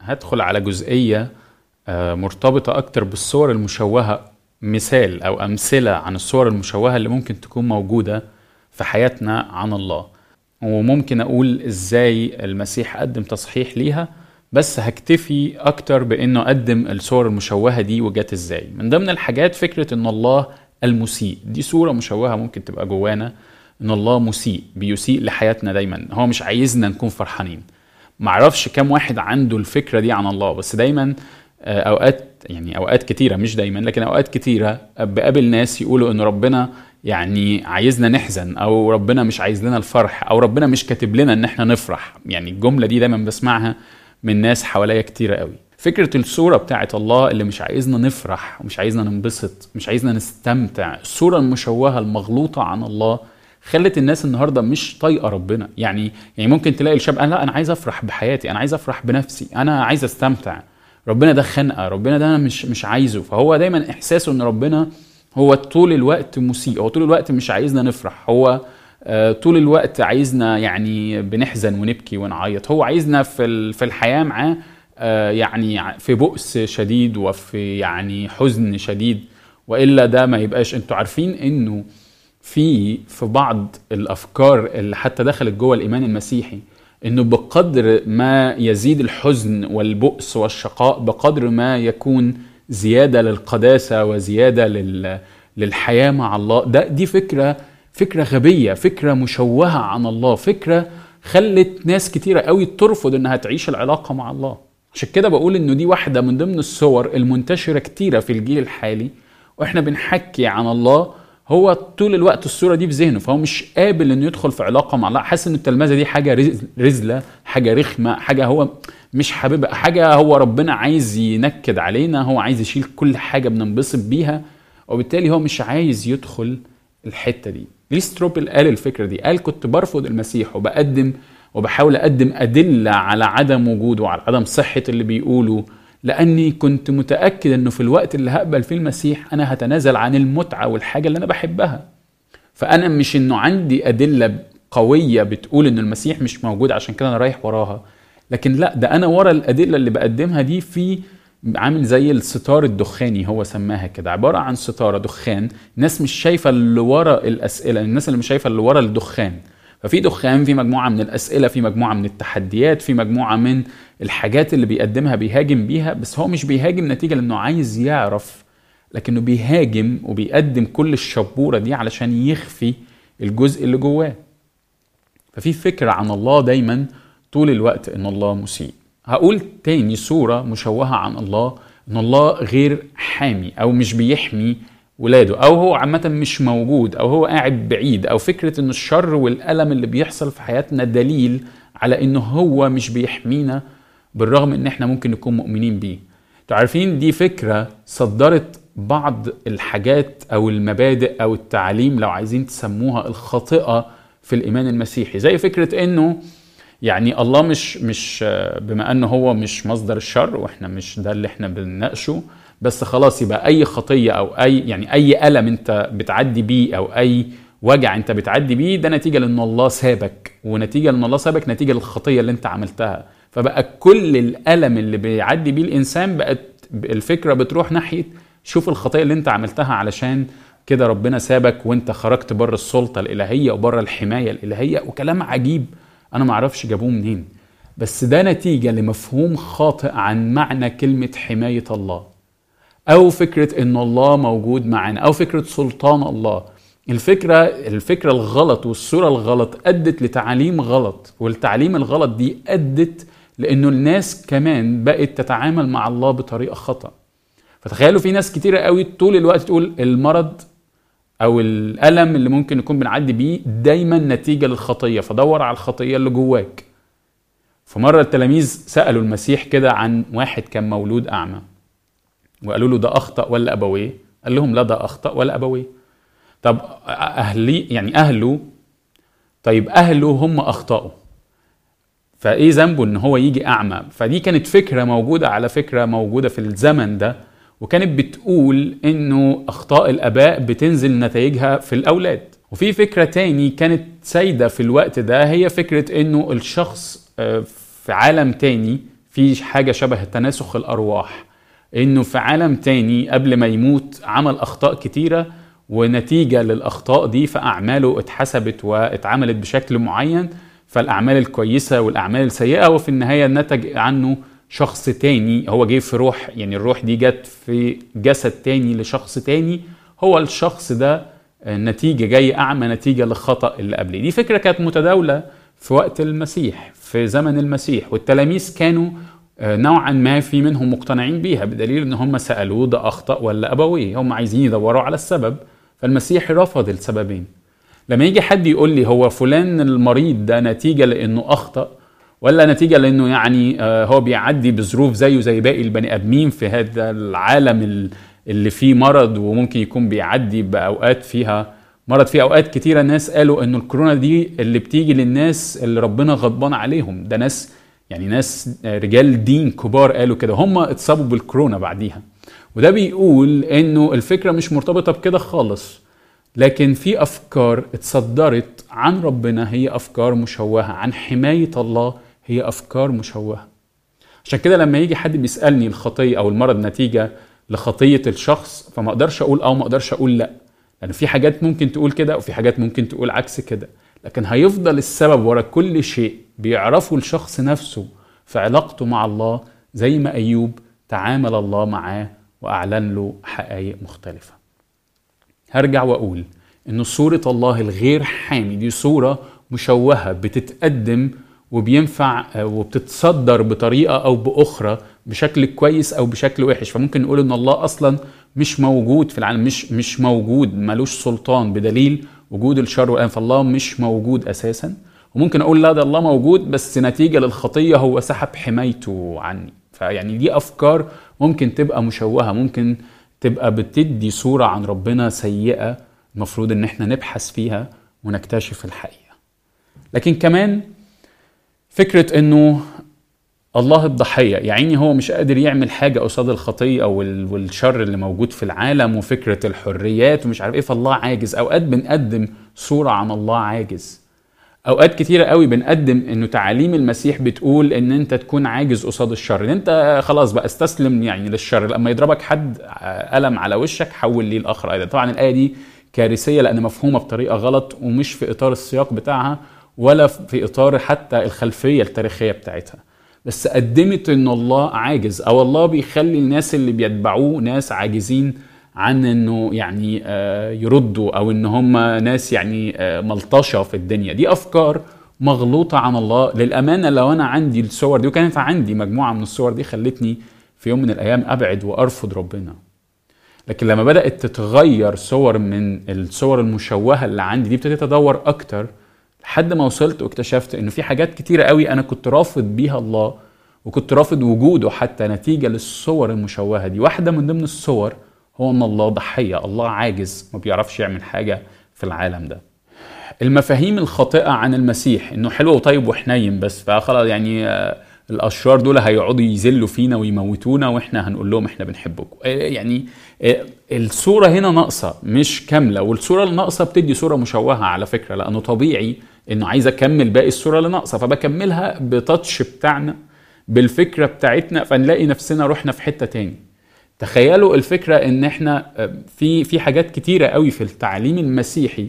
هدخل على جزئية مرتبطة أكتر بالصور المشوهة، مثال أو أمثلة عن الصور المشوهة اللي ممكن تكون موجودة في حياتنا عن الله، وممكن أقول إزاي المسيح قدم تصحيح ليها، بس هكتفي أكتر بأنه قدم الصور المشوهة دي وجات إزاي. من ضمن الحاجات فكرة أن الله المسيء، دي صورة مشوهة ممكن تبقى جوانا، أن الله مسيء، بيسيء لحياتنا دايما، هو مش عايزنا نكون فرحانين. معرفش كم واحد عنده الفكرة دي عن الله، بس دايما اوقات كتيرة، مش دايما لكن اوقات كتيرة بقابل ناس يقولوا ان ربنا يعني عايزنا نحزن، او ربنا مش عايز لنا الفرح، او ربنا مش كاتب لنا ان احنا نفرح. يعني الجملة دي دايما بسمعها من ناس حواليا كتيرة قوي. فكرة الصورة بتاعت الله اللي مش عايزنا نفرح ومش عايزنا ننبسط، مش عايزنا نستمتع، الصورة المشوهة المغلوطة عن الله خلت الناس النهاردة مش طايقة ربنا. يعني ممكن تلاقي الشاب لا انا عايز افرح بحياتي، انا عايز افرح بنفسي، انا عايز استمتع، ربنا ده خنقة، ربنا ده انا مش عايزه. فهو دايما احساسه ان ربنا هو طول الوقت مسيء، هو طول الوقت مش عايزنا نفرح، هو طول الوقت عايزنا يعني بنحزن ونبكي ونعيط، هو عايزنا في الحياة معاه يعني في بؤس شديد وفي يعني حزن شديد، وإلا ده ما يبقاش. انتوا عارفين انه في بعض الافكار اللي حتى دخلت جوه الايمان المسيحي، انه بقدر ما يزيد الحزن والبؤس والشقاء بقدر ما يكون زيادة للقداسة وزيادة للحياة مع الله. دي فكرة غبية، فكرة مشوهة عن الله، فكرة خلت ناس كتيرة قوي ترفض انها تعيش العلاقة مع الله. عشان كده بقول انه دي واحدة من ضمن الصور المنتشرة كتيرة في الجيل الحالي، واحنا بنحكي عن الله هو طول الوقت الصورة دي في ذهنه، فهو مش قابل انه يدخل في علاقة مع الله، حاسس ان التلمذة دي حاجة رزلة، حاجة رخمة، حاجة هو مش حاببها، حاجة هو ربنا عايز ينكد علينا، هو عايز يشيل كل حاجة بننبسط بيها، وبالتالي هو مش عايز يدخل الحتة دي. لي ستروبل قال الفكرة دي، قال كنت برفض المسيح وبحاول أقدم أدلة على عدم وجوده وعلى عدم صحة اللي بيقوله، لأني كنت متأكد أنه في الوقت اللي هقبل فيه المسيح أنا هتنازل عن المتعة والحاجة اللي أنا بحبها. فأنا مش أنه عندي أدلة قوية بتقول أنه المسيح مش موجود عشان كده أنا رايح وراها، لكن لا، ده أنا ورا الأدلة اللي بقدمها دي في عامل زي الستار الدخاني، هو سماها كده، عبارة عن ستارة دخان، الناس مش شايفة اللي ورا الأسئلة، الناس اللي مش شايفة اللي ورا الدخان. ففي دخان، في مجموعة من الأسئلة، في مجموعة من التحديات، في مجموعة من الحاجات اللي بيقدمها بيهاجم بيها، بس هو مش بيهاجم نتيجة لأنه عايز يعرف، لكنه بيهاجم وبيقدم كل الشبورة دي علشان يخفي الجزء اللي جواه. ففي فكرة عن الله دايما طول الوقت إن الله مسيء. هقول تاني صورة مشوهة عن الله، إن الله غير حامي أو مش بيحمي ولاده، أو هو عامة مش موجود، أو هو قاعد بعيد، أو فكرة إن الشر والألم اللي بيحصل في حياتنا دليل على إنه هو مش بيحمينا بالرغم إن إحنا ممكن نكون مؤمنين بيه. تعرفين دي فكرة صدرت بعض الحاجات أو المبادئ أو التعليم لو عايزين تسموها الخاطئة في الإيمان المسيحي، زي فكرة إنه يعني الله مش بما انه هو مش مصدر الشر، واحنا مش ده اللي احنا بنناقشه، بس خلاص يبقى اي خطية او اي ألم انت بتعدي بيه او اي وجع انت بتعدي بيه ده نتيجة لان الله سابك، ونتيجة لان الله سابك نتيجة للخطية اللي انت عملتها. فبقى كل الألم اللي بيعدي بيه الانسان بقت الفكرة بتروح ناحية شوف الخطية اللي انت عملتها علشان كده ربنا سابك وانت خرجت بره السلطة الإلهية وبره الحماية الإلهية، وكلام عجيب انا معرفش جابوه منين، بس ده نتيجة لمفهوم خاطئ عن معنى كلمة حماية الله، او فكرة ان الله موجود معنا، او فكرة سلطان الله. الفكرة الغلط والصورة الغلط ادت لتعاليم غلط، والتعليم الغلط دي ادت لانه الناس كمان بقت تتعامل مع الله بطريقة خطأ. فتخيلوا في ناس كتيرة قوي طول الوقت تقول المرض او الالم اللي ممكن نكون بنعدي بيه دايما نتيجة للخطية، فدور على الخطية اللي جواك. فمرة التلاميذ سألوا المسيح كده عن واحد كان مولود اعمى، وقالوا له ده اخطأ ولا ابويه؟ قال لهم لا ده اخطأ ولا ابويه. طب اهله، طيب اهله هم اخطأوا، فايه ذنبه ان هو يجي اعمى؟ فدي كانت فكرة موجودة في الزمن ده، وكانت بتقول انه اخطاء الاباء بتنزل نتائجها في الاولاد. وفي فكرة تاني كانت سايدة في الوقت ده، هي فكرة انه الشخص في عالم تاني في حاجة شبه تناسخ الأرواح، إنه في عالم تاني قبل ما يموت عمل أخطاء كتيرة، ونتيجة للأخطاء دي فأعماله اتحسبت واتعملت بشكل معين، فالأعمال الكويسة والأعمال السيئة، وفي النهاية نتج عنه شخص تاني. هو جاي في روح، يعني الروح دي جت في جسد تاني لشخص تاني، هو الشخص ده نتيجة جاي أعمى نتيجة للخطأ اللي قبله. دي فكرة كانت متداولة في وقت المسيح، في زمن المسيح، والتلاميذ كانوا نوعا ما في منهم مقتنعين بيها، بدليل ان هم سألوه ده أخطأ ولا أبويه، هم عايزين يدوروا على السبب، فالمسيح رفض السببين. لما يجي حد يقول لي هو فلان المريض ده نتيجة لأنه أخطأ ولا نتيجة لأنه يعني هو بيعدي بظروف زيه زي باقي البني آدمين في هذا العالم اللي فيه مرض، وممكن يكون بيعدي بأوقات فيها مرض. في أوقات كتيرة الناس قالوا إنه الكورونا دي اللي بتيجي للناس اللي ربنا غضبان عليهم، ده ناس يعني ناس رجال دين كبار قالوا كده، هم اتصابوا بالكورونا بعديها. وده بيقول إنه الفكرة مش مرتبطة بكده خالص، لكن في أفكار اتصدرت عن ربنا هي أفكار مشوهة، عن حماية الله هي أفكار مشوهة. عشان كده لما يجي حد بيسألني الخطية أو المرض نتيجة لخطية الشخص، فما أقدرش أقول أو ما أقدرش أقول لأ، لأن في حاجات ممكن تقول كده وفي حاجات ممكن تقول عكس كده. لكن هيفضل السبب ورا كل شيء بيعرفه الشخص نفسه في علاقته مع الله، زي ما أيوب تعامل الله معاه وأعلن له حقائق مختلفة. هرجع وأقول إن صورة الله الغير حامي دي صورة مشوهة بتتقدم وبينفع وبتتصدر بطريقة أو بأخرى، بشكل كويس أو بشكل وحش. فممكن نقول إن الله أصلا مش موجود في العالم، مش موجود، ملوش سلطان، بدليل وجود الشر والآن، فالله مش موجود أساسا. وممكن أقول لا، ده الله موجود بس نتيجة للخطية هو سحب حمايته عني. فيعني دي أفكار ممكن تبقى مشوهة، ممكن تبقى بتدي صورة عن ربنا سيئة، المفروض ان احنا نبحث فيها ونكتشف الحقيقة. لكن كمان فكرة انه الله الضحية، يعني هو مش قادر يعمل حاجة قصاد الخطية او والشر اللي موجود في العالم، وفكرة الحريات ومش عارف ايه، فالله عاجز. اوقات بنقدم صورة عن الله عاجز، اوقات كتيرة قوي بنقدم انه تعاليم المسيح بتقول ان انت تكون عاجز قصاد الشر، ان انت خلاص بقى استسلم يعني للشر، لما يضربك حد قلم على وشك حول ليه الاخر ايضا. طبعا الايه دي كارثيه لان مفهومه بطريقه غلط، ومش في اطار السياق بتاعها ولا في اطار حتى الخلفيه التاريخيه بتاعتها، بس قدمت ان الله عاجز، او الله بيخلي الناس اللي بيتبعوه ناس عاجزين عن انه يعني يردوا، او ان هم ناس يعني ملطشة في الدنيا. دي افكار مغلوطة عن الله للامانة. لو انا عندي الصور دي، وكانت عندي مجموعة من الصور دي، خلتني في يوم من الايام ابعد وارفض ربنا. لكن لما بدأت تتغير صور من الصور المشوهة اللي عندي دي، ابتديت ادور اكتر لحد ما وصلت واكتشفت انه في حاجات كتيرة قوي انا كنت رافض بيها الله، وكنت رافض وجوده حتى نتيجة للصور المشوهة دي. واحدة من ضمن الصور هو ان الله ضحية، الله عاجز، ما بيعرفش يعمل حاجة في العالم ده. المفاهيم الخاطئة عن المسيح انه حلو وطيب وحنين بس، فخلاص يعني الاشرار دول هيقعدوا يذلوا فينا ويموتونا واحنا هنقول لهم احنا بنحبكم. يعني الصورة هنا ناقصة مش كاملة، والصورة الناقصة بتدي صورة مشوهة على فكرة، لانه طبيعي انه عايز اكمل باقي الصورة اللي ناقصة، فبكملها بتاتش بتاعنا بالفكرة بتاعتنا، فنلاقي نفسنا رحنا في حتة تاني. تخيلوا الفكرة ان احنا في حاجات كتيرة قوي في التعليم المسيحي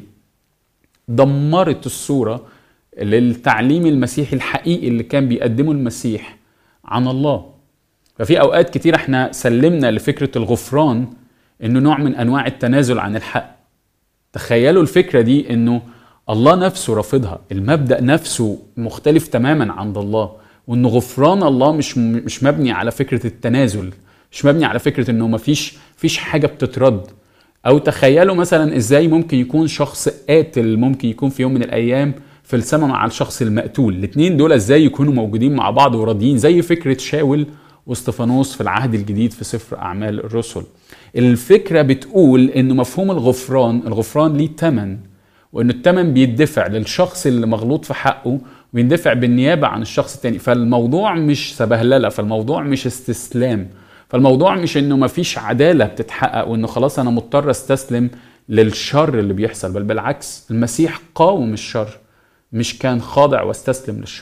دمرت الصورة للتعليم المسيحي الحقيقي اللي كان بيقدمه المسيح عن الله. ففي اوقات كتير احنا سلمنا لفكرة الغفران انه نوع من انواع التنازل عن الحق. تخيلوا الفكرة دي انه الله نفسه رافضها، المبدأ نفسه مختلف تماما عن الله، وانه غفران الله مش مبني على فكرة التنازل، مش مبني على فكرة انه مفيش حاجة بتترد. او تخيلوا مثلا ازاي ممكن يكون شخص قاتل ممكن يكون في يوم من الايام في السماء مع الشخص المقتول، الاتنين دول ازاي يكونوا موجودين مع بعض وراضيين، زي فكرة شاول واستفانوس في العهد الجديد في سفر اعمال الرسل. الفكرة بتقول انه مفهوم الغفران ليه تمن، وان التمن بيدفع للشخص اللي مغلوط في حقه ويندفع بالنيابة عن الشخص التاني. فالموضوع مش سبهللة، فالموضوع مش استسلام، فالموضوع مش انه مفيش عدالة بتتحقق وانه خلاص انا مضطر استسلم للشر اللي بيحصل، بل بالعكس المسيح قاوم الشر، مش كان خاضع واستسلم للشر.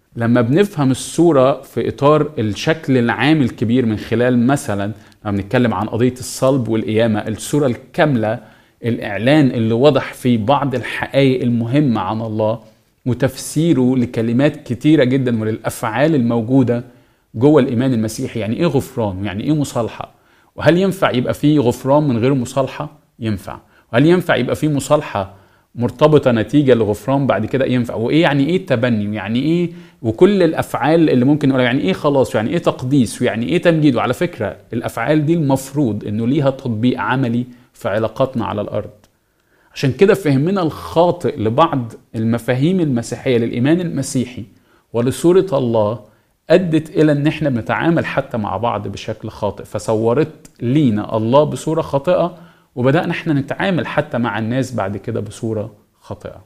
لما بنفهم الصورة في إطار الشكل العام الكبير، من خلال مثلا لما بنتكلم عن قضية الصلب والقيامة، الصورة الكاملة، الإعلان اللي وضح في بعض الحقائق المهمة عن الله وتفسيره لكلمات كتيرة جدا وللأفعال الموجودة جوه الإيمان المسيحي. يعني إيه غفران؟ يعني إيه مصالحة؟ وهل ينفع يبقى فيه غفران من غير مصالحة؟ ينفع. وهل ينفع يبقى فيه مصالحة مرتبطة نتيجة لغفران بعد كده؟ ينفع. وإيه يعني إيه تبني؟ ويعني إيه وكل الأفعال اللي ممكن نقولها، يعني إيه خلاص، ويعني إيه تقديس، ويعني إيه تمجيد. وعلى فكرة الأفعال دي المفروض إنه ليها تطبيق عملي في علاقاتنا على الأرض. عشان كده فهمنا الخاطئ لبعض المفاهيم المسيحية للإيمان المسيحي ولصورة الله أدت إلى أن احنا بنتعامل حتى مع بعض بشكل خاطئ، فصورت لينا الله بصورة خاطئة، وبدأنا احنا نتعامل حتى مع الناس بعد كده بصورة خاطئة.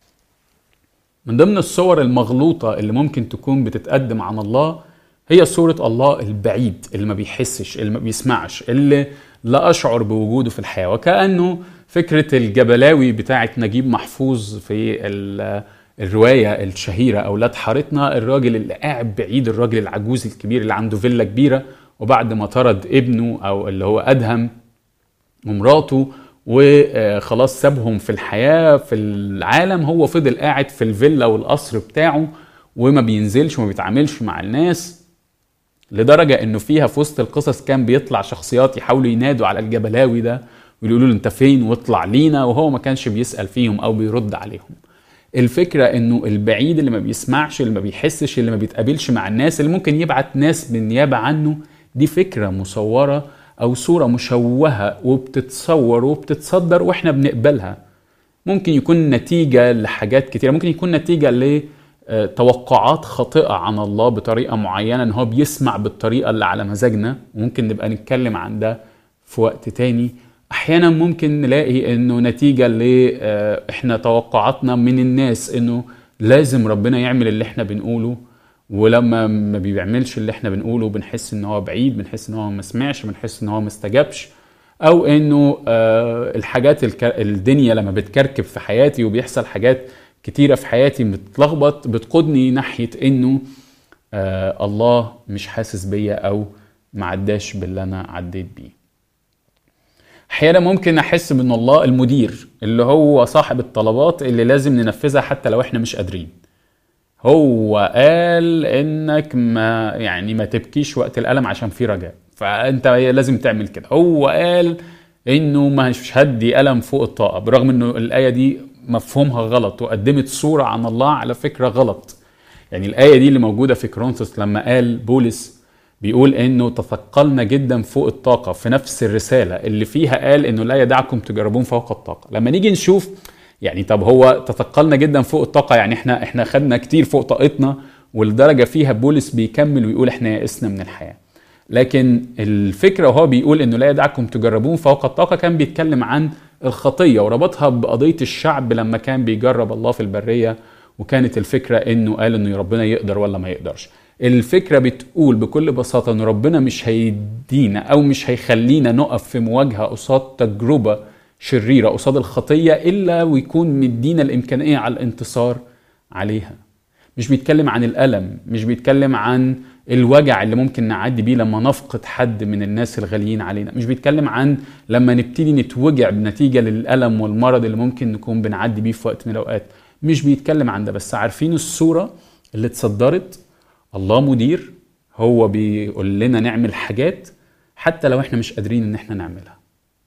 من ضمن الصور المغلوطة اللي ممكن تكون بتتقدم عن الله هي صورة الله البعيد، اللي ما بيحسش، اللي ما بيسمعش، اللي لا أشعر بوجوده في الحياة. وكأنه فكرة الجبلاوي بتاعة نجيب محفوظ في الرواية الشهيرة أولاد حارتنا، الراجل اللي قاعد بعيد، الراجل العجوز الكبير اللي عنده فيلا كبيرة، وبعد ما طرد ابنه أو اللي هو أدهم ومراته وخلاص سابهم في الحياة في العالم، هو فضل قاعد في الفيلا والقصر بتاعه وما بينزلش وما بيتعاملش مع الناس، لدرجة انه فيها في وسط القصص كان بيطلع شخصيات يحاولوا ينادوا على الجبلاوي ده ويقولوا له انت فين واطلع لينا، وهو ما كانش بيسأل فيهم او بيرد عليهم. الفكرة انه البعيد اللي ما بيسمعش، اللي ما بيحسش، اللي ما بيتقابلش مع الناس، اللي ممكن يبعت ناس بالنيابة عنه، دي فكرة مصورة او صورة مشوهة وبتتصور وبتتصدر واحنا بنقبلها. ممكن يكون نتيجة لحاجات كتيرة، ممكن يكون نتيجة توقعات خاطئة عن الله بطريقة معينة، ان هو بيسمع بالطريقة اللي على مزاجنا، وممكن نبقى نتكلم عن ده في وقت تاني. احيانا ممكن نلاقي انه نتيجة احنا توقعاتنا من الناس انه لازم ربنا يعمل اللي احنا بنقوله، ولما ما بيعملش اللي احنا بنقوله بنحس ان هو بعيد، بنحس ان هو ما سمعش، بنحس ان هو ما استجابش، او انه الحاجات الدنيا لما بتكركب في حياتي وبيحصل حاجات كتيرة في حياتي بتلخبط، بتقودني ناحية انه الله مش حاسس بيا او معداش باللي انا عديت بيه. احيانا ممكن احس بان الله المدير اللي هو صاحب الطلبات اللي لازم ننفذها حتى لو احنا مش قادرين. هو قال انك ما تبكيش وقت الألم عشان في رجاء، فانت لازم تعمل كده. هو قال انه مش هدي ألم فوق الطاقة، برغم انه الآية دي مفهومها غلط وقدمت صورة عن الله على فكرة غلط. يعني الآية دي اللي موجودة في كورنثوس لما قال بولس بيقول انه تثقلنا جدا فوق الطاقة، في نفس الرسالة اللي فيها قال انه لا يدعكم تجربون فوق الطاقة. لما نيجي نشوف يعني طب هو تثقلنا جدا فوق الطاقة، يعني احنا خدنا كتير فوق طاقتنا، والدرجة فيها بولس بيكمل ويقول احنا يئسنا من الحياة. لكن الفكرة وهو بيقول انه لا يدعكم تجربون فوق الطاقة كان بيتكلم عن الخطية وربطها بقضية الشعب لما كان بيجرب الله في البرية، وكانت الفكرة انه قال انه ربنا يقدر ولا ما يقدرش. الفكرة بتقول بكل بساطة ان ربنا مش هيدينا او مش هيخلينا نقف في مواجهة قصاد تجربة شريرة، قصاد الخطية، إلا ويكون مدينا الإمكانية على الانتصار عليها. مش بيتكلم عن الألم، مش بيتكلم عن الوجع اللي ممكن نعدي بيه لما نفقد حد من الناس الغاليين علينا، مش بيتكلم عن لما نبتدي نتوجع بنتيجة للألم والمرض اللي ممكن نكون بنعدي بيه في وقت من الأوقات. مش بيتكلم عن ده، بس عارفين الصورة اللي اتصدرت؟ الله مدير، هو بيقول لنا نعمل حاجات حتى لو احنا مش قادرين ان احنا نعملها.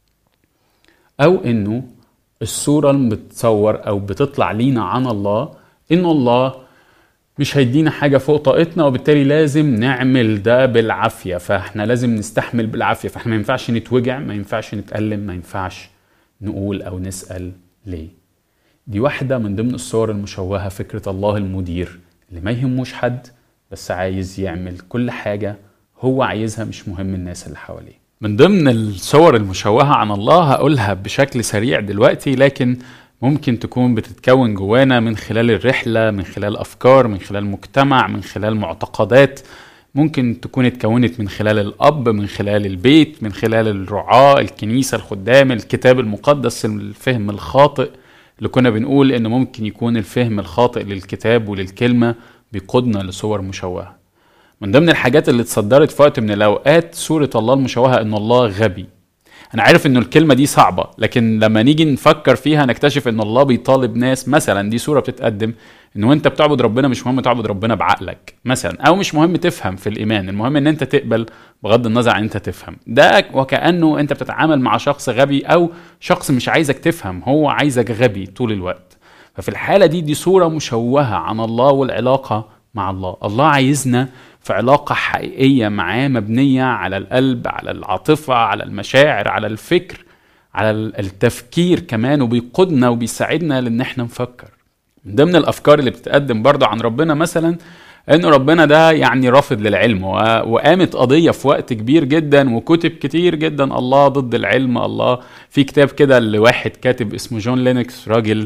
او انه الصورة اللي بتصور او بتطلع لينا عن الله انه الله مش هيدينا حاجة فوق طاقتنا، وبالتالي لازم نعمل ده بالعافية، فاحنا لازم نستحمل بالعافية، فاحنا ما ينفعش نتوجع، ما ينفعش نتألم، ما ينفعش نقول او نسأل ليه. دي واحدة من ضمن الصور المشوهة، فكرة الله المدير اللي ما يهموش حد، بس عايز يعمل كل حاجة هو عايزها، مش مهم الناس اللي حواليه. من ضمن الصور المشوهة عن الله هقولها بشكل سريع دلوقتي، لكن ممكن تكون بتتكون جوانا من خلال الرحلة، من خلال أفكار، من خلال مجتمع، من خلال معتقدات، ممكن تكون اتكونت من خلال الأب، من خلال البيت، من خلال الرعاة، الكنيسة، الخدام، الكتاب المقدس، الفهم الخاطئ اللي كنا بنقول إنه ممكن يكون الفهم الخاطئ للكتاب وللكلمة بيقودنا لصور مشوهة. من ضمن الحاجات اللي اتصدرت في وقت من الأوقات صورة الله المشوهة إن الله غبي. أنا عارف إنه الكلمة دي صعبة، لكن لما نيجي نفكر فيها نكتشف إن الله بيطالب ناس، مثلا دي صورة بتتقدم إنه أنت بتعبد ربنا مش مهم تعبد ربنا بعقلك مثلا، أو مش مهم تفهم في الإيمان، المهم إن أنت تقبل بغض النظر عن أنت تفهم. ده وكأنه أنت بتتعامل مع شخص غبي أو شخص مش عايزك تفهم، هو عايزك غبي طول الوقت. ففي الحالة دي صورة مشوهة عن الله والعلاقة مع الله. الله عايزنا في علاقة حقيقية معاه مبنية على القلب، على العاطفة، على المشاعر، على الفكر، على التفكير كمان، وبيقودنا وبيساعدنا لان احنا نفكر. من ضمن الافكار اللي بتتقدم برضه عن ربنا مثلا ان ربنا ده يعني رافض للعلم، وقامت قضية في وقت كبير جدا وكتب كتير جدا الله ضد العلم. الله في كتاب كده لواحد كاتب اسمه جون لينكس، راجل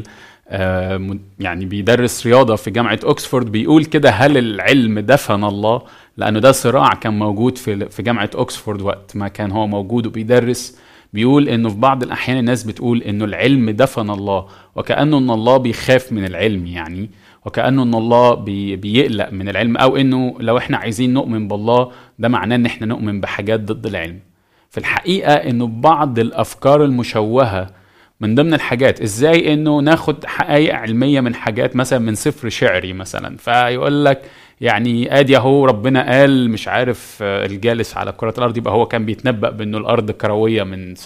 يعني بيدرس رياضة في جامعة أكسفورد، بيقول كده: هل العلم دفن الله؟ لأنه ده صراع كان موجود في جامعة أكسفورد وقت ما كان هو موجود وبيدرس. بيقول إنه في بعض الأحيان الناس بتقول إنه العلم دفن الله، وكأنه إن الله بيخاف من العلم يعني، وكأنه إن الله بيقلق من العلم، أو إنه لو إحنا عايزين نؤمن بالله ده معناه إن إحنا نؤمن بحاجات ضد العلم. في الحقيقة إنه بعض الأفكار المشوهة من ضمن الحاجات ازاي انه ناخد حقائق علميه من حاجات مثلا من سفر شعري مثلا، فيقول لك يعني ادي اهو ربنا قال مش عارف الجالس على كره الارض، يبقى هو كان بيتنبأ بانه الارض كرويه من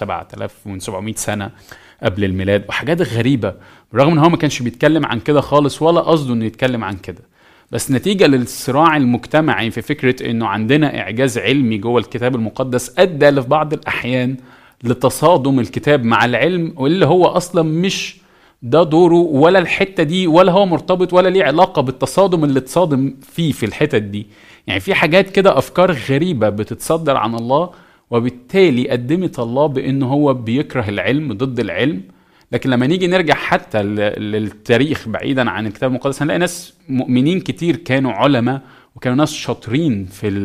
7700 سنه قبل الميلاد، وحاجات غريبه بالرغم ان هو ما كانش بيتكلم عن كده خالص ولا قصده انه يتكلم عن كده. بس نتيجه للصراع المجتمعي في فكره انه عندنا اعجاز علمي جوه الكتاب المقدس ادى في بعض الاحيان لتصادم الكتاب مع العلم، واللي هو اصلا مش ده دوره ولا الحتة دي، ولا هو مرتبط ولا ليه علاقة بالتصادم اللي تصادم فيه في الحتة دي. يعني في حاجات كده افكار غريبة بتتصدر عن الله، وبالتالي قدمت الله بانه هو بيكره العلم ضد العلم. لكن لما نيجي نرجع حتى للتاريخ بعيدا عن الكتاب المقدس هنلاقي ناس مؤمنين كتير كانوا علماء، وكانوا ناس شاطرين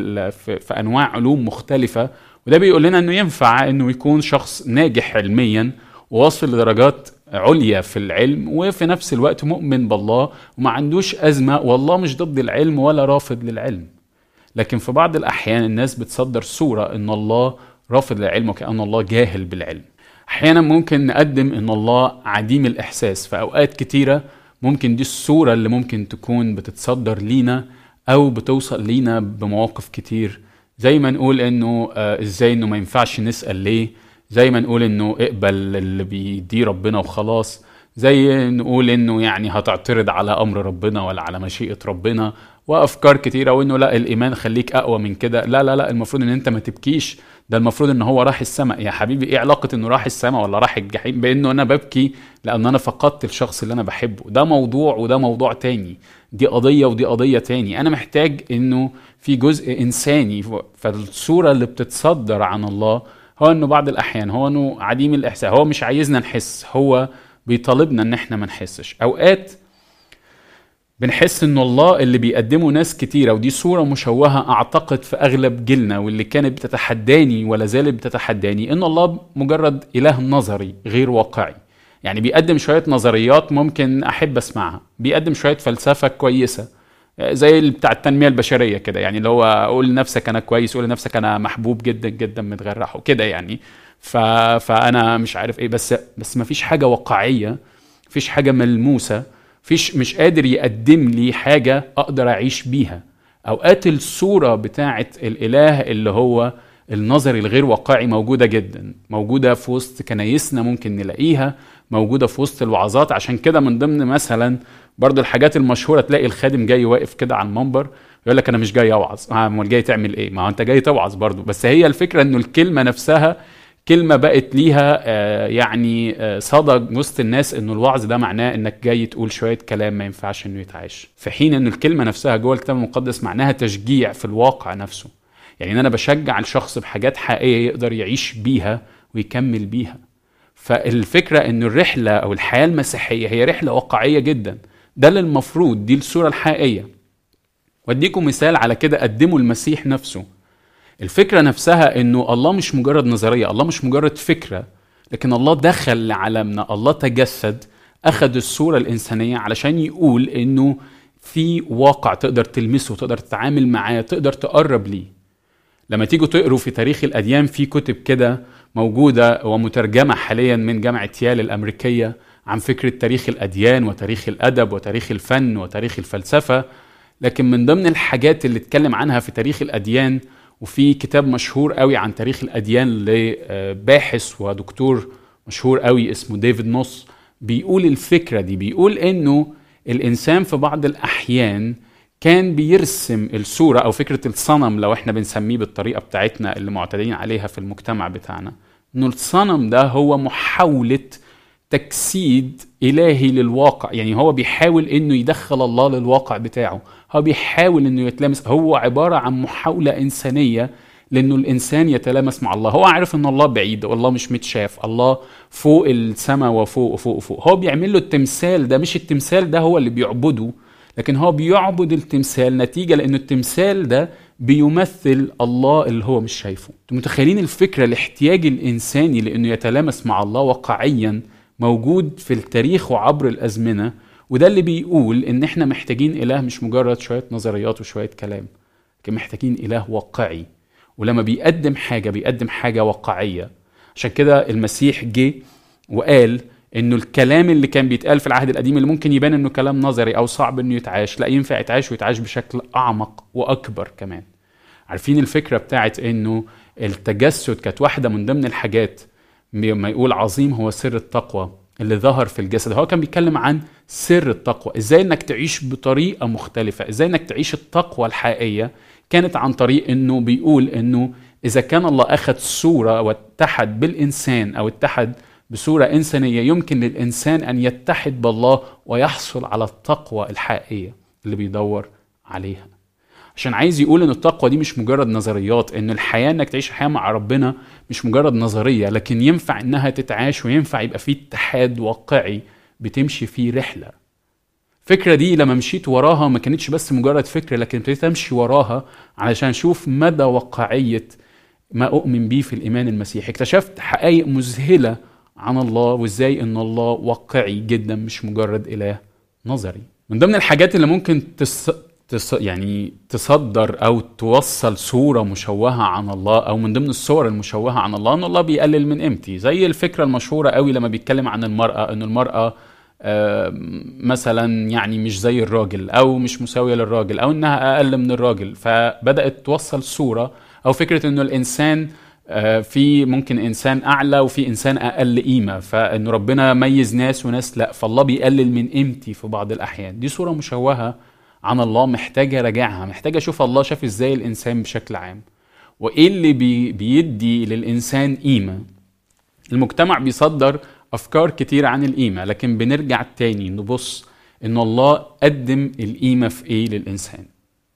في انواع علوم مختلفة، وده بيقول لنا انه ينفع انه يكون شخص ناجح علميا وواصل لدرجات عليا في العلم، وفي نفس الوقت مؤمن بالله وما عندوش أزمة، والله مش ضد العلم ولا رافض للعلم. لكن في بعض الأحيان الناس بتصدر صورة ان الله رافض للعلم وكأن الله جاهل بالعلم. احيانا ممكن نقدم ان الله عديم الإحساس، في أوقات كتيرة ممكن دي الصورة اللي ممكن تكون بتتصدر لينا أو بتوصل لينا بمواقف كتير. زي ما نقول انه ازاي انه ما ينفعش نسأل ليه، زي ما نقول انه اقبل اللي بيديه ربنا وخلاص، زي نقول انه يعني هتعترض على امر ربنا ولا على مشيئة ربنا، وافكار كتيرة، وانه لا الايمان خليك اقوى من كده، لا لا لا المفروض ان انت ما تبكيش، ده المفروض ان هو راح السماء. يا حبيبي ايه علاقة انه راح السماء ولا راح الجحيم بانه انا ببكي لان انا فقدت الشخص اللي انا بحبه؟ ده موضوع وده موضوع تاني، دي قضية ودي قضية تاني. انا محتاج انه في جزء انساني. فالصورة اللي بتتصدر عن الله هو انه بعض الاحيان هو انه عديم الاحساس، هو مش عايزنا نحس، هو بيطالبنا ان احنا ما نحسش. اوقات بنحس ان الله اللي بيقدمه ناس كتيرة، ودي صورة مشوهة اعتقد في اغلب جيلنا واللي كانت بتتحداني ولا زالت بتتحداني، ان الله مجرد اله نظري غير واقعي. يعني بيقدم شوية نظريات ممكن احب اسمعها، بيقدم شوية فلسفة كويسة زي بتاع التنمية البشرية كده، يعني اللي هو قول لنفسك انا كويس، قول لنفسك انا محبوب جدا جدا متغرح وكده يعني. فانا مش عارف ايه، بس ما فيش حاجة واقعية، فيش حاجة ملموسة، مش قادر يقدم لي حاجة اقدر اعيش بيها. اوقات الصورة بتاعت الاله اللي هو النظري الغير واقعي موجودة جدا، موجودة في وسط كنايسنا، ممكن نلاقيها موجودة في وسط الوعظات. عشان كده من ضمن مثلا برضو الحاجات المشهورة تلاقي الخادم جاي واقف كده على المنبر يقول لك انا مش جاي اوعظ. امال جاي تعمل ايه؟ ما هو انت جاي توعظ برضو. بس هي الفكرة انه الكلمة نفسها كلمة بقت ليها يعني صدى وسط الناس، انه الوعظ ده معناه انك جاي تقول شوية كلام ما ينفعش انه يتعاش، في حين انه الكلمة نفسها جوه الكتاب المقدس معناها تشجيع في الواقع نفسه. يعني ان انا بشجع الشخص بحاجات حقيقية يقدر يعيش بيها ويكمل بيها. فالفكرة ان الرحلة او الحياة المسيحية هي رحلة واقعية جدا، ده اللي المفروض دي الصورة الحقيقية. واديكم مثال على كده قدموا المسيح نفسه. الفكرة نفسها انه الله مش مجرد نظرية، الله مش مجرد فكرة، لكن الله دخل لعالمنا، الله تجسد، اخذ الصورة الانسانية علشان يقول انه في واقع تقدر تلمسه، تقدر تتعامل معاه، تقدر تقرب ليه. لما تيجوا تقروا في تاريخ الأديان في كتب كده موجودة ومترجمة حاليا من جامعة يال الأمريكية عن فكرة تاريخ الأديان وتاريخ الأدب وتاريخ الفن وتاريخ الفلسفة. لكن من ضمن الحاجات اللي اتكلم عنها في تاريخ الأديان، وفي كتاب مشهور قوي عن تاريخ الأديان لباحث ودكتور مشهور قوي اسمه ديفيد نوس، بيقول الفكرة دي، بيقول إنه الإنسان في بعض الأحيان كان بيرسم الصورة أو فكرة الصنم، لو احنا بنسميه بالطريقة بتاعتنا اللي معتادين عليها في المجتمع بتاعنا، إنه الصنم ده هو محاولة تجسيد إلهي للواقع. يعني هو بيحاول إنه يدخل الله للواقع بتاعه، هو بيحاول إنه يتلامس، هو عبارة عن محاولة إنسانية لأنه الإنسان يتلامس مع الله. هو عارف إن الله بعيد والله مش متشاف، الله فوق السماء وفوق وفوق وفوق. هو بيعمل له التمثال ده، مش التمثال ده هو اللي بيعبده، لكن هو بيعبد التمثال نتيجة لأنه التمثال ده بيمثل الله اللي هو مش شايفه. انتم متخيلين الفكرة؟ الاحتياج الإنساني لأنه يتلامس مع الله واقعيا موجود في التاريخ وعبر الأزمنة. وده اللي بيقول إن احنا محتاجين إله مش مجرد شوية نظريات وشوية كلام، لكن محتاجين إله واقعي، ولما بيقدم حاجة بيقدم حاجة واقعية. عشان كده المسيح جه وقال انه الكلام اللي كان بيتقال في العهد القديم اللي ممكن يبان انه كلام نظري او صعب انه يتعاش، لا، ينفع يتعاش ويتعاش بشكل اعمق واكبر كمان. عارفين الفكرة بتاعت انه التجسد كانت واحدة من ضمن الحاجات، ما يقول عظيم هو سر التقوى اللي ظهر في الجسد. هو كان بيتكلم عن سر التقوى، ازاي انك تعيش بطريقة مختلفة، ازاي انك تعيش التقوى الحقيقية. كانت عن طريق انه بيقول انه اذا كان الله اخذ صورة واتحد بالانسان او اتحد بصورة إنسانية، يمكن للإنسان أن يتحد بالله ويحصل على التقوى الحقيقية اللي بيدور عليها. عشان عايز يقول إن التقوى دي مش مجرد نظريات، إن الحياة إنك تعيش حياة مع ربنا مش مجرد نظرية، لكن ينفع إنها تتعاش وينفع يبقى فيه اتحاد واقعي بتمشي فيه رحلة. الفكرة دي لما مشيت وراها ما كانتش بس مجرد فكرة، لكن ابتديت أمشي وراها علشان أشوف مدى واقعية ما أؤمن بيه في الإيمان المسيحي. اكتشفت حقائق مذهلة عن الله، وازاي ان الله واقعي جدا مش مجرد اله نظري. من ضمن الحاجات اللي ممكن يعني تصدر او توصل صورة مشوهة عن الله، او من ضمن الصور المشوهة عن الله، ان الله بيقلل من قيمتي. زي الفكرة المشهورة قوي لما بيتكلم عن المرأة، ان المرأة مثلا يعني مش زي الراجل، او مش مساوية للراجل، او انها اقل من الراجل. فبدأت توصل صورة او فكرة انه الانسان في ممكن انسان اعلى وفي انسان اقل قيمة، فانه ربنا ميز ناس وناس لا، فالله بيقلل من قيمتي في بعض الاحيان. دي صورة مشوهة عن الله، محتاجة راجعها، محتاجة اشوف الله شاف ازاي الانسان بشكل عام، وايه اللي بيدي للانسان قيمة. المجتمع بيصدر افكار كتير عن القيمة، لكن بنرجع تاني نبص ان الله قدم القيمة في ايه للانسان.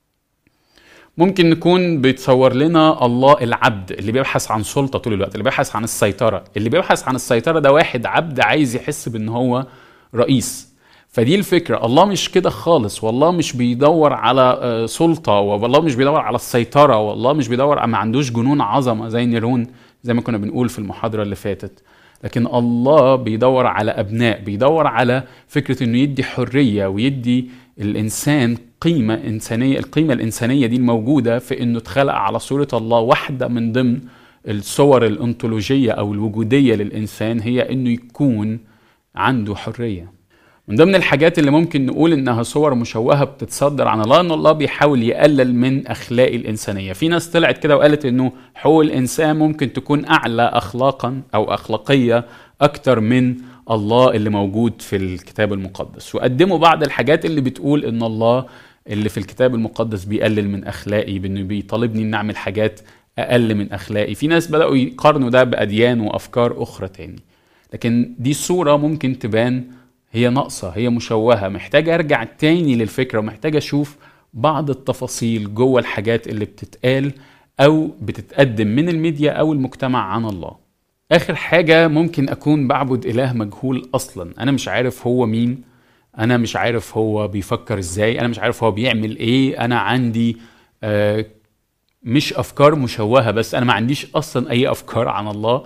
ممكن نكون بيتصور لنا الله العبد اللي بيبحث عن سلطة طول الوقت، اللي بيبحث عن السيطرة. اللي بيبحث عن السيطرة ده واحد عبد عايز يحس بأنه هو رئيس. فدي الفكرة، الله مش كده خالص، والله مش بيدور على سلطة، والله مش بيدور على السيطرة، والله مش بيدور، ما عندوش جنون عظمة زي نيرون زي ما كنا بنقول في المحاضرة اللي فاتت. لكن الله بيدور على أبناء، بيدور على فكرة أنه يدي حرية ويدي الإنسان قيمة إنسانية. القيمة الإنسانية دي الموجودة في أنه اتخلق على صورة الله. واحدة من ضمن الصور الأنطولوجية أو الوجودية للإنسان هي أنه يكون عنده حرية. من ضمن الحاجات اللي ممكن نقول إنها صور مشوهة بتتصدر عن الله، أن الله بيحاول يقلل من أخلاق الإنسانية. في ناس طلعت كده وقالت أنه حقوق الإنسان ممكن تكون أعلى أخلاقا أو أخلاقية أكتر من الله اللي موجود في الكتاب المقدس، وقدموا بعض الحاجات اللي بتقول ان الله اللي في الكتاب المقدس بيقلل من اخلاقي، بانه بيطالبني ان اعمل حاجات اقل من اخلاقي. في ناس بدأوا يقارنوا ده باديان وافكار اخرى تاني، لكن دي صورة ممكن تبان هي ناقصة، هي مشوهة، محتاجة ارجع تاني للفكرة، ومحتاجة اشوف بعض التفاصيل جوه الحاجات اللي بتتقال او بتتقدم من الميديا او المجتمع عن الله. آخر حاجة، ممكن أكون بعبد إله مجهول أصلا. أنا مش عارف هو مين، أنا مش عارف هو بيفكر إزاي، أنا مش عارف هو بيعمل إيه. أنا عندي مش أفكار مشوهة بس، أنا ما عنديش أصلا أي أفكار عن الله،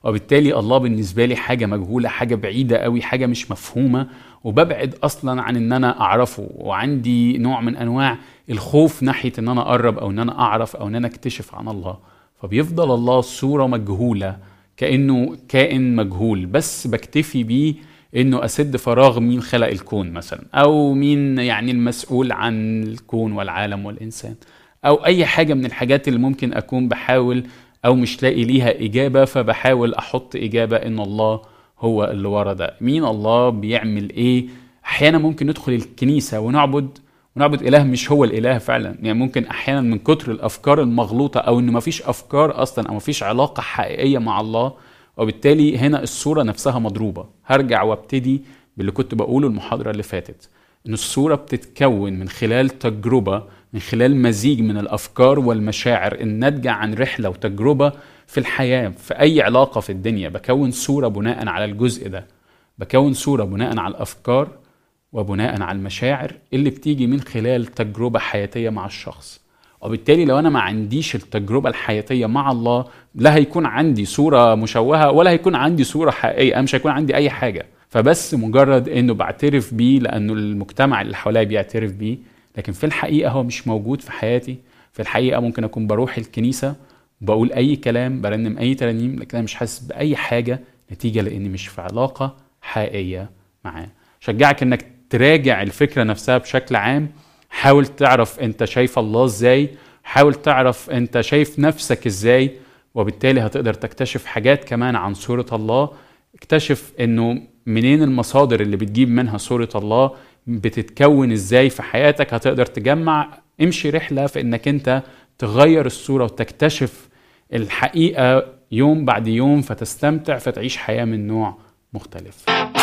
وبالتالي الله بالنسبة لي حاجة مجهولة، حاجة بعيدة قوي، حاجة مش مفهومة، وببعد أصلا عن ان انا اعرفه، وعندي نوع من انواع الخوف ناحية ان انا اقرب او ان انا اعرف او ان انا اكتشف عن الله. فبيفضل الله صورة مجهولة، كأنه كائن مجهول، بس بكتفي بيه انه اسد فراغ مين خلق الكون مثلا، او مين يعني المسؤول عن الكون والعالم والانسان، او اي حاجة من الحاجات اللي ممكن اكون بحاول او مش لاقي ليها اجابة، فبحاول احط اجابة ان الله هو اللي ورا ده. مين الله؟ بيعمل ايه؟ احيانا ممكن ندخل الكنيسة ونعبد اله مش هو الاله فعلا. يعني ممكن احيانا من كتر الافكار المغلوطة، او انه مفيش افكار اصلا، او مفيش علاقة حقيقية مع الله، وبالتالي هنا الصورة نفسها مضروبة. هرجع وابتدي باللي كنت بقوله المحاضرة اللي فاتت، ان الصورة بتتكون من خلال تجربة، من خلال مزيج من الافكار والمشاعر الناتجة عن رحلة وتجربة في الحياة. في اي علاقة في الدنيا بكون صورة بناء على الجزء ده، بكون صورة بناء على الافكار وبناء على المشاعر اللي بتيجي من خلال تجربة حياتية مع الشخص. وبالتالي لو انا ما عنديش التجربة الحياتية مع الله، لا هيكون عندي صورة مشوهة ولا هيكون عندي صورة حقيقية، أنا مش هيكون عندي اي حاجة. فبس مجرد انه بعترف بيه لانه المجتمع اللي حواليا بيعترف بيه، لكن في الحقيقة هو مش موجود في حياتي. في الحقيقة ممكن اكون بروح الكنيسة، بقول اي كلام، برنم اي ترانيم، لكن انا مش حاسس باي حاجة، نتيجة لاني مش في علاقة حقيقية معاه. شجعك انك تراجع الفكرة نفسها بشكل عام. حاول تعرف انت شايف الله ازاي، حاول تعرف انت شايف نفسك ازاي، وبالتالي هتقدر تكتشف حاجات كمان عن صورة الله. اكتشف انه منين المصادر اللي بتجيب منها صورة الله، بتتكون ازاي في حياتك. هتقدر تجمع، امشي رحلة في انك انت تغير الصورة وتكتشف الحقيقة يوم بعد يوم، فتستمتع، فتعيش حياة من نوع مختلف.